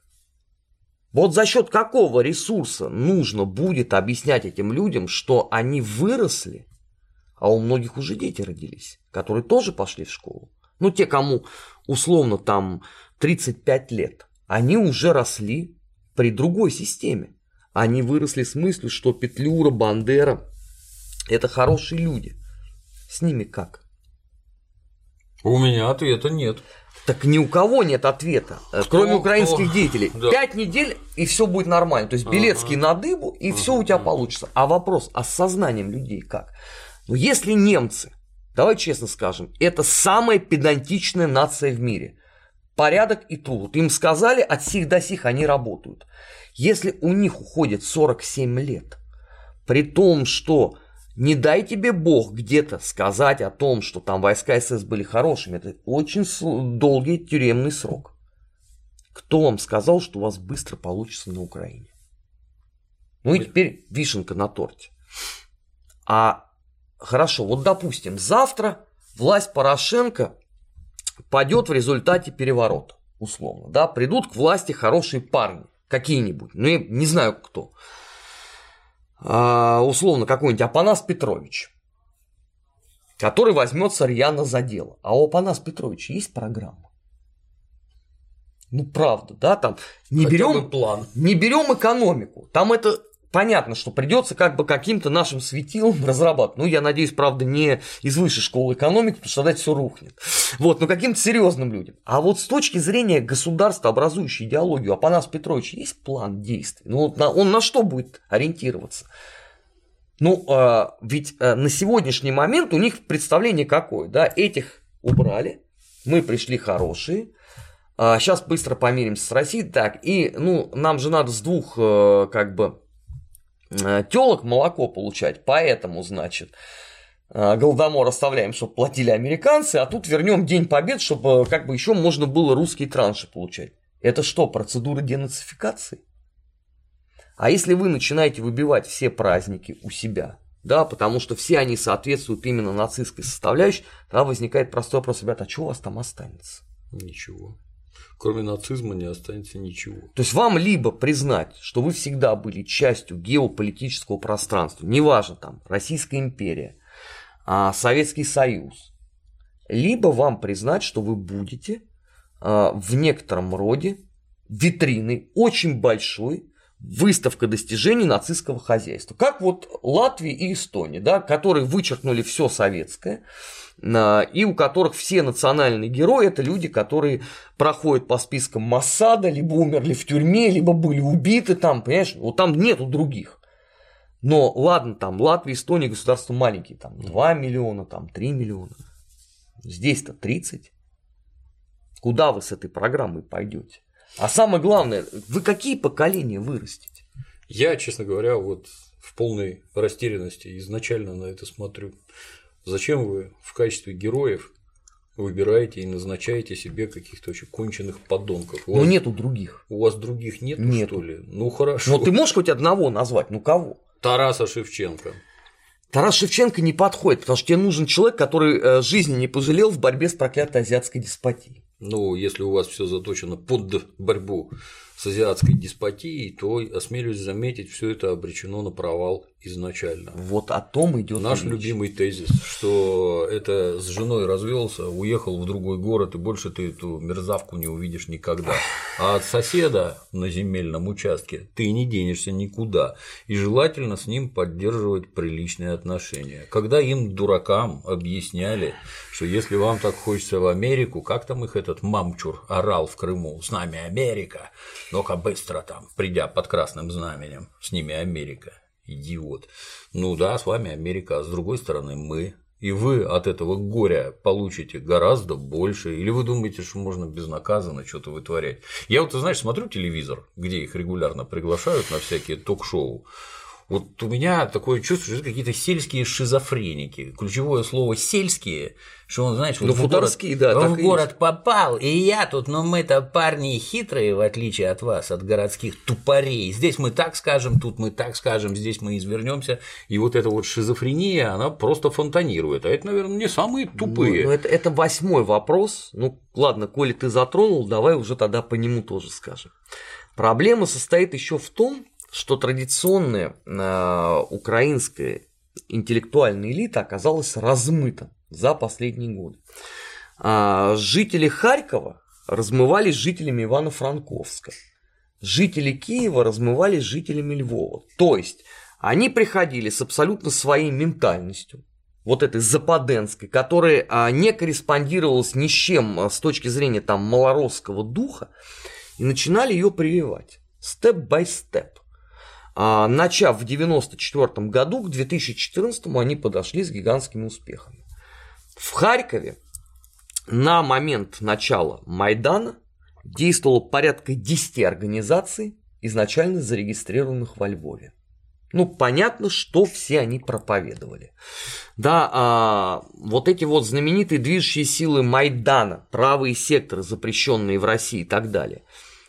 Вот за счет какого ресурса нужно будет объяснять этим людям, что они выросли, а у многих уже дети родились, которые тоже пошли в школу. Ну, те, кому условно там 35 лет, они уже росли при другой системе. Они выросли с мыслью, что Петлюра, Бандера – это хорошие люди. С ними как? У меня ответа нет. Так ни у кого нет ответа, кроме украинских деятелей. Да. 5 недель, и все будет нормально. То есть Белецкий на дыбу, и все у тебя получится. А вопрос, а с сознанием людей как? Ну, если немцы, давай честно скажем, это самая педантичная нация в мире. Порядок и труд. Им сказали, от сих до сих они работают. Если у них уходит 47 лет, при том, что не дай тебе Бог где-то сказать о том, что там войска СС были хорошими, это очень долгий тюремный срок. Кто вам сказал, что у вас быстро получится на Украине? Ну и теперь вишенка на торте. А хорошо, вот допустим, завтра власть Порошенко падет в результате переворота, условно, да, придут к власти хорошие парни, какие-нибудь, ну я не знаю кто. условно, какой-нибудь Апанас Петрович, который возьмется рьяно за дело. А у Апанаса Петровича есть программа? Ну, правда, да, там не берем экономику. Там это понятно, что придется как бы каким-то нашим светилом разрабатывать. Ну, я надеюсь, правда, не из высшей школы экономики, потому что тогда все рухнет. Вот, но каким-то серьезным людям. А вот с точки зрения государства, образующей идеологию, Апанас Петрович, есть план действий? Ну, он на что будет ориентироваться? Ну, ведь на сегодняшний момент у них представление какое, да? Этих убрали, мы пришли хорошие. Сейчас быстро помиримся с Россией. Так, и, ну, нам же надо с двух, как бы, тёлок молоко получать, поэтому, значит, Голодомор оставляем, чтобы платили американцы, а тут вернем День Побед, чтобы как бы еще можно было русские транши получать. Это что, процедура денацификации? А если вы начинаете выбивать все праздники у себя, да, потому что все они соответствуют именно нацистской составляющей, тогда возникает простой вопрос: ребята, а что у вас там останется? Ничего. Кроме нацизма не останется ничего. То есть вам либо признать, что вы всегда были частью геополитического пространства, неважно там Российская империя, Советский Союз, либо вам признать, что вы будете в некотором роде витриной очень большой, выставка достижений нацистского хозяйства. Как вот Латвия и Эстония, да, которые вычеркнули все советское, и у которых все национальные герои – это люди, которые проходят по спискам Моссада, либо умерли в тюрьме, либо были убиты там, понимаешь, вот там нету других. Но ладно, там Латвия, Эстония, государства маленькие, там 2 миллиона, там 3 миллиона. Здесь-то 30. Куда вы с этой программой пойдете? А самое главное, вы какие поколения вырастите? Я, честно говоря, вот в полной растерянности изначально на это смотрю. Зачем вы в качестве героев выбираете и назначаете себе каких-то очень конченых подонков? Ну, нету других. У вас других нету, что ли? Ну, хорошо. Но ты можешь хоть одного назвать? Ну, кого? Тараса Шевченко. Тарас Шевченко не подходит, потому что тебе нужен человек, который жизни не пожалел в борьбе с проклятой азиатской деспотией. Ну, если у вас все заточено под борьбу с азиатской деспотией, то, осмелюсь заметить, все это обречено на провал изначально. Вот о том идет наш любимый тезис, что это с женой развелся, уехал в другой город, и больше ты эту мерзавку не увидишь никогда. А от соседа на земельном участке ты не денешься никуда, и желательно с ним поддерживать приличные отношения. Когда им, дуракам, объясняли, что если вам так хочется в Америку, как там их этот мамчур орал в Крыму: с нами Америка, ну-ка быстро там, придя под красным знаменем, с ними Америка. Идиот. Ну да, с вами Америка, а с другой стороны мы. И вы от этого горя получите гораздо больше. Или вы думаете, что можно безнаказанно что-то вытворять? Я вот, ты знаешь, смотрю телевизор, где их регулярно приглашают на всякие ток-шоу. Вот у меня такое чувство, что это какие-то сельские шизофреники. Ключевое слово «сельские», что он, знаешь, вот в город попал, и я тут, но мы-то парни хитрые, в отличие от вас, от городских тупорей. Здесь мы так скажем, тут мы так скажем, здесь мы извернемся. И вот эта вот шизофрения, она просто фонтанирует. А это, наверное, не самые тупые. Ну, это 8-й вопрос. Ну, ладно, коли ты затронул, давай уже тогда по нему тоже скажем. Проблема состоит еще в том, что традиционная украинская интеллектуальная элита оказалась размыта за последние годы. Жители Харькова размывались с жителями Ивано-Франковска. Жители Киева размывались с жителями Львова. То есть они приходили с абсолютно своей ментальностью, вот этой западенской, которая не корреспондировалась ни с чем с точки зрения там малоросского духа, и начинали ее прививать степ-бай-степ. Начав в 1994 году, к 2014 они подошли с гигантскими успехами. В Харькове на момент начала Майдана действовало порядка 10 организаций, изначально зарегистрированных во Львове. Ну, понятно, что все они проповедовали. Да, вот эти вот знаменитые движущие силы Майдана, правые секторы, запрещенные в России и так далее,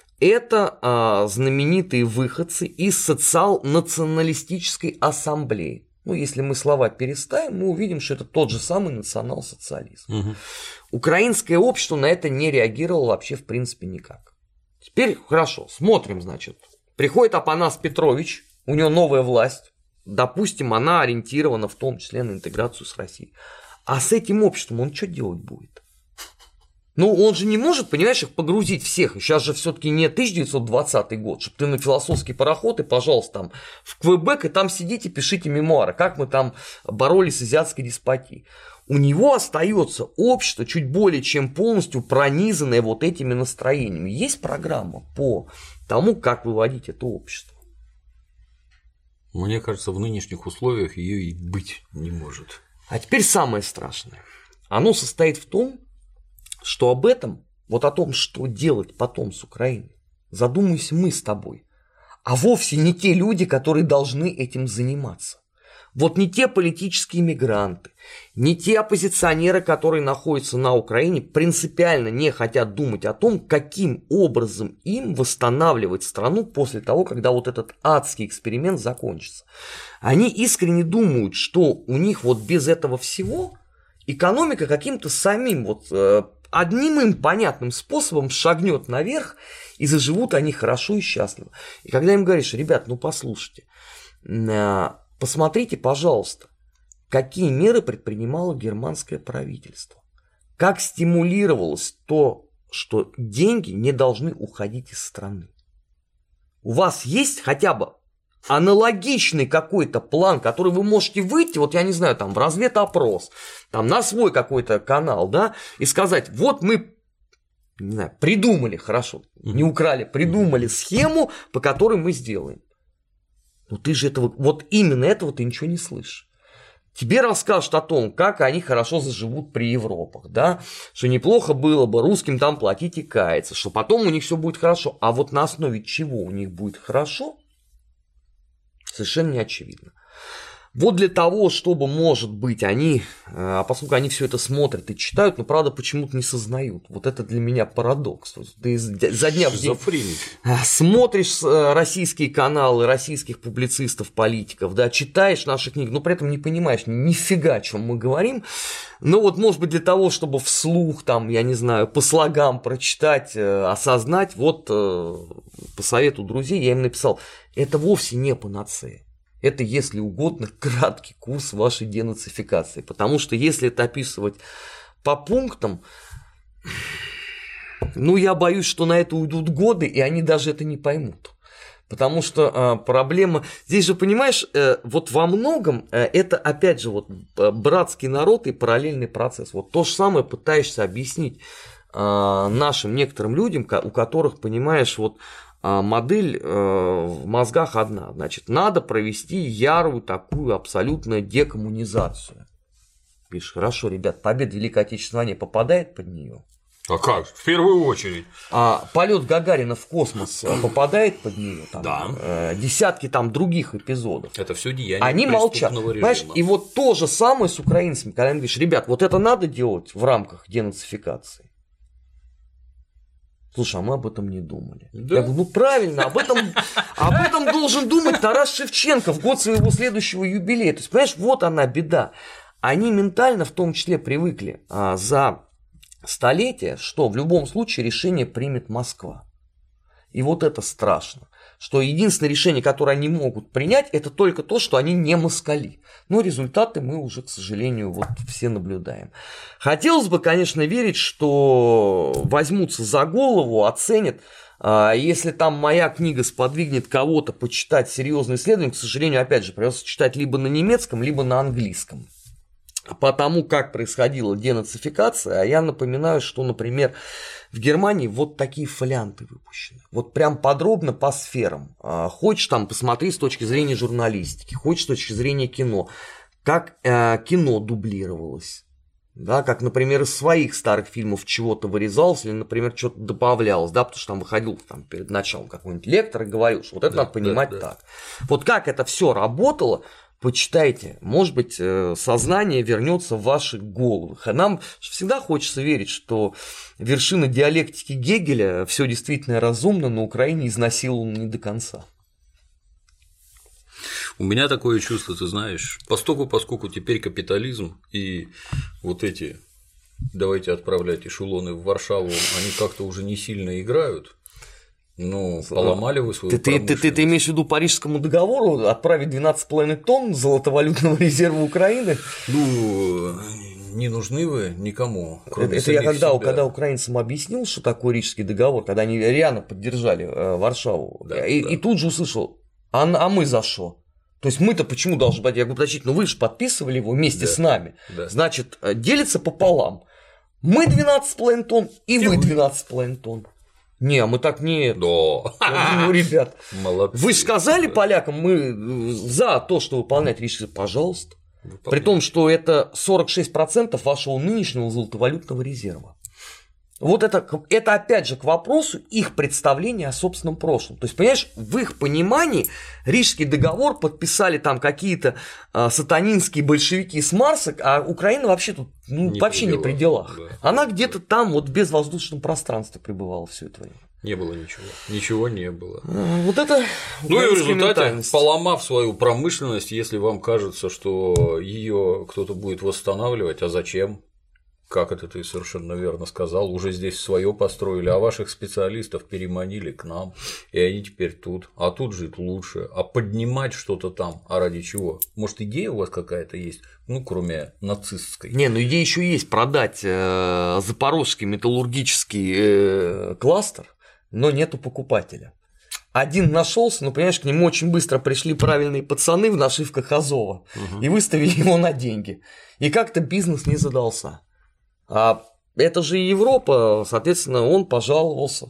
это знаменитые выходцы из социал-националистической ассамблеи. Ну, если мы слова переставим, мы увидим, что это тот же самый национал-социализм. Угу. Украинское общество на это не реагировало вообще в принципе никак. Теперь хорошо, смотрим, значит. Приходит Апанас Петрович, у него новая власть, допустим, она ориентирована в том числе на интеграцию с Россией. А с этим обществом он что делать будет? Ну, он же не может, понимаешь, их погрузить всех. Сейчас же все-таки не 1920 год, чтобы ты на философский пароход и, пожалуйста, там в Квебек, и там сидите, пишите мемуары, как мы там боролись с азиатской деспотией. У него остается общество, чуть более чем полностью пронизанное вот этими настроениями. Есть программа по тому, как выводить это общество? Мне кажется, в нынешних условиях ее и быть не может. А теперь самое страшное. Оно состоит в том, что об этом, вот о том, что делать потом с Украиной, задумаемся мы с тобой, а вовсе не те люди, которые должны этим заниматься. Вот не те политические мигранты, не те оппозиционеры, которые находятся на Украине, принципиально не хотят думать о том, каким образом им восстанавливать страну после того, когда вот этот адский эксперимент закончится. Они искренне думают, что у них вот без этого всего экономика каким-то самим вот одним им понятным способом шагнет наверх, и заживут они хорошо и счастливо. И когда им говоришь: ребят, ну послушайте, посмотрите, пожалуйста, какие меры предпринимало германское правительство, как стимулировалось то, что деньги не должны уходить из страны. У вас есть хотя бы аналогичный какой-то план, который вы можете выйти, вот я не знаю, там в разведопрос, там на свой какой-то канал, да, и сказать: вот мы, не знаю, придумали, хорошо, не украли, придумали схему, по которой мы сделаем. Но ты же этого, вот именно этого ты ничего не слышишь. Тебе расскажут о том, как они хорошо заживут при Европах, да, что неплохо было бы русским там платить и каяться, что потом у них все будет хорошо. А вот на основе чего у них будет хорошо, совершенно не очевидно. Вот для того, чтобы, может быть, они, поскольку они все это смотрят и читают, но, правда, почему-то не сознают. Вот это для меня парадокс. Ты изо дня в день смотришь российские каналы российских публицистов, политиков, да, читаешь наши книги, но при этом не понимаешь нифига, о чем мы говорим. Но вот, может быть, для того, чтобы вслух, там, я не знаю, по слогам прочитать, осознать, вот по совету друзей я им написал: это вовсе не панацея. Это, если угодно, краткий курс вашей денацификации. Потому что если это описывать по пунктам, ну, я боюсь, что на это уйдут годы, и они даже это не поймут. Потому что проблема... Здесь же, понимаешь, вот во многом это, опять же, вот братский народ и параллельный процесс. Вот то же самое пытаешься объяснить нашим некоторым людям, у которых, понимаешь, вот модель в мозгах одна. Значит, надо провести ярую такую абсолютную декоммунизацию. Пишешь: хорошо, ребят, победа Великой Отечественной войны попадает под нее? А как? В первую очередь. А полет Гагарина в космос попадает под нее? Да. Десятки там других эпизодов. Это все деяния они молчат. Понимаешь? И вот то же самое с украинцами, когда они говорят: ребят, вот это надо делать в рамках денацификации. Слушай, а мы об этом не думали. Да? Я говорю: ну правильно, об этом должен думать Тарас Шевченко в год своего следующего юбилея. То есть, понимаешь, вот она беда. Они ментально в том числе привыкли за столетия, что в любом случае решение примет Москва. И вот это страшно. Что единственное решение, которое они могут принять, это только то, что они не москали. Но результаты мы уже, к сожалению, вот все наблюдаем. Хотелось бы, конечно, верить, что возьмутся за голову, оценят. Если там моя книга сподвигнет кого-то почитать серьезные исследования, к сожалению, опять же, придется читать либо на немецком, либо на английском. По тому, как происходила денацификация, а я напоминаю, что, например, в Германии вот такие фолианты выпущены. Вот прям подробно по сферам. Хочешь там посмотри с точки зрения журналистики, хочешь с точки зрения кино, как кино дублировалось. Да, как, например, из своих старых фильмов чего-то вырезалось или, например, что-то добавлялось, да, потому что там выходил там, перед началом какой-нибудь лектор и говорил, что вот это надо понимать так. Вот как это все работало, почитайте, может быть, сознание вернется в ваши головы. Нам всегда хочется верить, что вершина диалектики Гегеля, все действительно разумно, на Украине изнасиловано не до конца. У меня такое чувство, ты знаешь, поскольку теперь капитализм и вот эти давайте отправлять эшелоны в Варшаву, они как-то уже не сильно играют. Ну, поломали вы свою Ты имеешь в виду Парижскому договору отправить 12,5 тонн золотовалютного резерва Украины? Ну, не нужны вы никому, кроме это я себя. когда украинцам объяснил, что такое Рижский договор, когда они реально поддержали Варшаву, и тут же услышал, а мы за что? То есть мы-то почему должны быть? Я говорю, подождите, ну вы же подписывали его вместе с нами. Да. Значит, делится пополам. Мы 12,5 тонн, и вы 12,5 тонн. Не, мы так не... Да. Ну, ребят, молодцы. Вы же сказали полякам, мы за то, что выполнять Рижский, пожалуйста. При том, что это 46% вашего нынешнего золотовалютного резерва. Вот это опять же к вопросу их представления о собственном прошлом. То есть, понимаешь, в их понимании Рижский договор подписали там какие-то сатанинские большевики с Марса, а Украина вообще тут вообще не при делах. Да. Она где-то там вот в безвоздушном пространстве пребывала все это время. Не было ничего. Ничего не было. Вот это. Ну и в результате, поломав свою промышленность, если вам кажется, что ее кто-то будет восстанавливать, а зачем? Как это ты совершенно верно сказал, уже здесь свое построили, а ваших специалистов переманили к нам, и они теперь тут, а тут жить лучше, а поднимать что-то там, а ради чего? Может, идея у вас какая-то есть, ну, кроме нацистской? Не, ну идея еще есть продать запорожский металлургический кластер, но нету покупателя. Один нашелся, но, понимаешь, к нему очень быстро пришли правильные пацаны в нашивках Азова и выставили его на деньги. И как-то бизнес не задался. А это же Европа, соответственно, он пожаловался.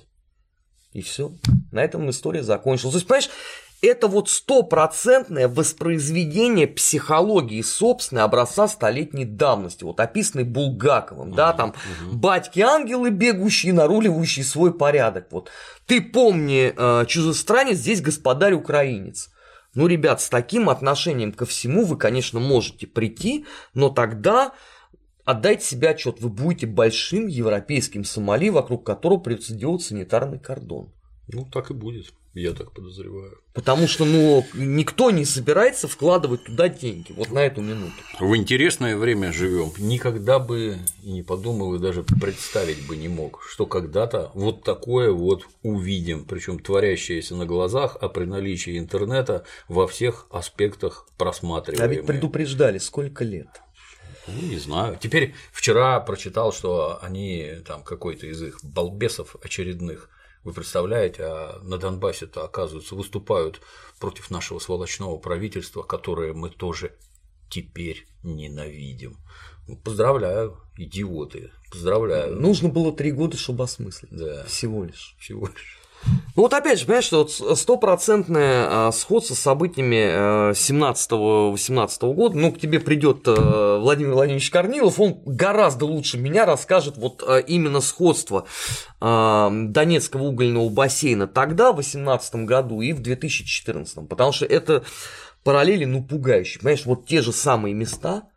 И все. На этом история закончилась. То есть, понимаешь, это вот 100% воспроизведение психологии собственной образца столетней давности, вот описанной Булгаковым, да, там батьки-ангелы, бегущие, наруливающие свой порядок. Вот. Ты помни, чужестранец, здесь господарь-украинец. Ну, ребят, с таким отношением ко всему вы, конечно, можете прийти, но тогда... Отдайте себе отчет, вы будете большим европейским Сомали, вокруг которого придется делать санитарный кордон. Ну, так и будет, я так подозреваю. Потому что, никто не собирается вкладывать туда деньги, вот на эту минуту. В интересное время живем. Никогда бы и не подумал, и даже представить бы не мог, что когда-то вот такое вот увидим, причем творящееся на глазах, а при наличии интернета во всех аспектах просматриваемое. А ведь предупреждали, сколько лет. Ну, не знаю. Теперь вчера прочитал, что они там какой-то из их балбесов очередных, вы представляете, а на Донбассе-то, оказывается, выступают против нашего сволочного правительства, которое мы тоже теперь ненавидим. Поздравляю, идиоты, поздравляю. Нужно было 3 года, чтобы осмыслить. Да. Всего лишь. Всего лишь. Ну вот опять же, понимаешь, что стопроцентное сходство с событиями 17-18 года, к тебе придет Владимир Владимирович Корнилов, он гораздо лучше меня расскажет вот именно сходство Донецкого угольного бассейна тогда, в 2018 году и в 2014, потому что это параллели, пугающие, понимаешь, вот те же самые места,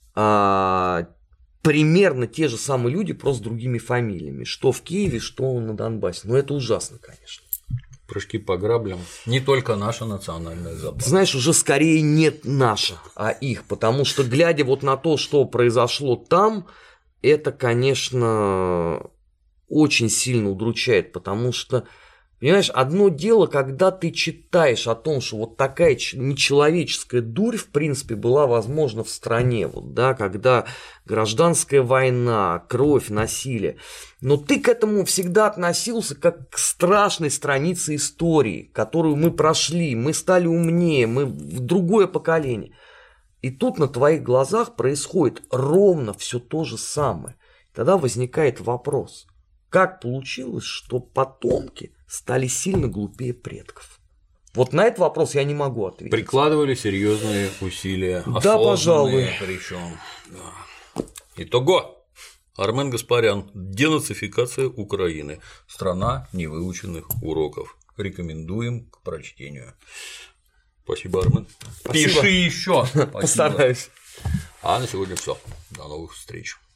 примерно те же самые люди, просто с другими фамилиями. Что в Киеве, что на Донбассе. Это ужасно, конечно. Прыжки по граблям. Не только наша национальная забава. Знаешь, уже скорее нет наша, а их. Потому что, глядя вот на то, что произошло там, это, конечно, очень сильно удручает. Потому что, понимаешь, одно дело, когда ты читаешь о том, что вот такая нечеловеческая дурь, в принципе, была возможна в стране, когда гражданская война, кровь, насилие. Но ты к этому всегда относился как к страшной странице истории, которую мы прошли, мы стали умнее, мы в другое поколение. И тут на твоих глазах происходит ровно все то же самое. Тогда возникает вопрос, как получилось, что потомки стали сильно глупее предков? Вот на этот вопрос я не могу ответить. Прикладывали серьезные усилия. Да, пожалуй. Причем. Да. Итого. Армен Гаспарян. Денацификация Украины. Страна невыученных уроков. Рекомендуем к прочтению. Спасибо, Армен. Спасибо. Пиши еще. Постараюсь. А на сегодня все. До новых встреч.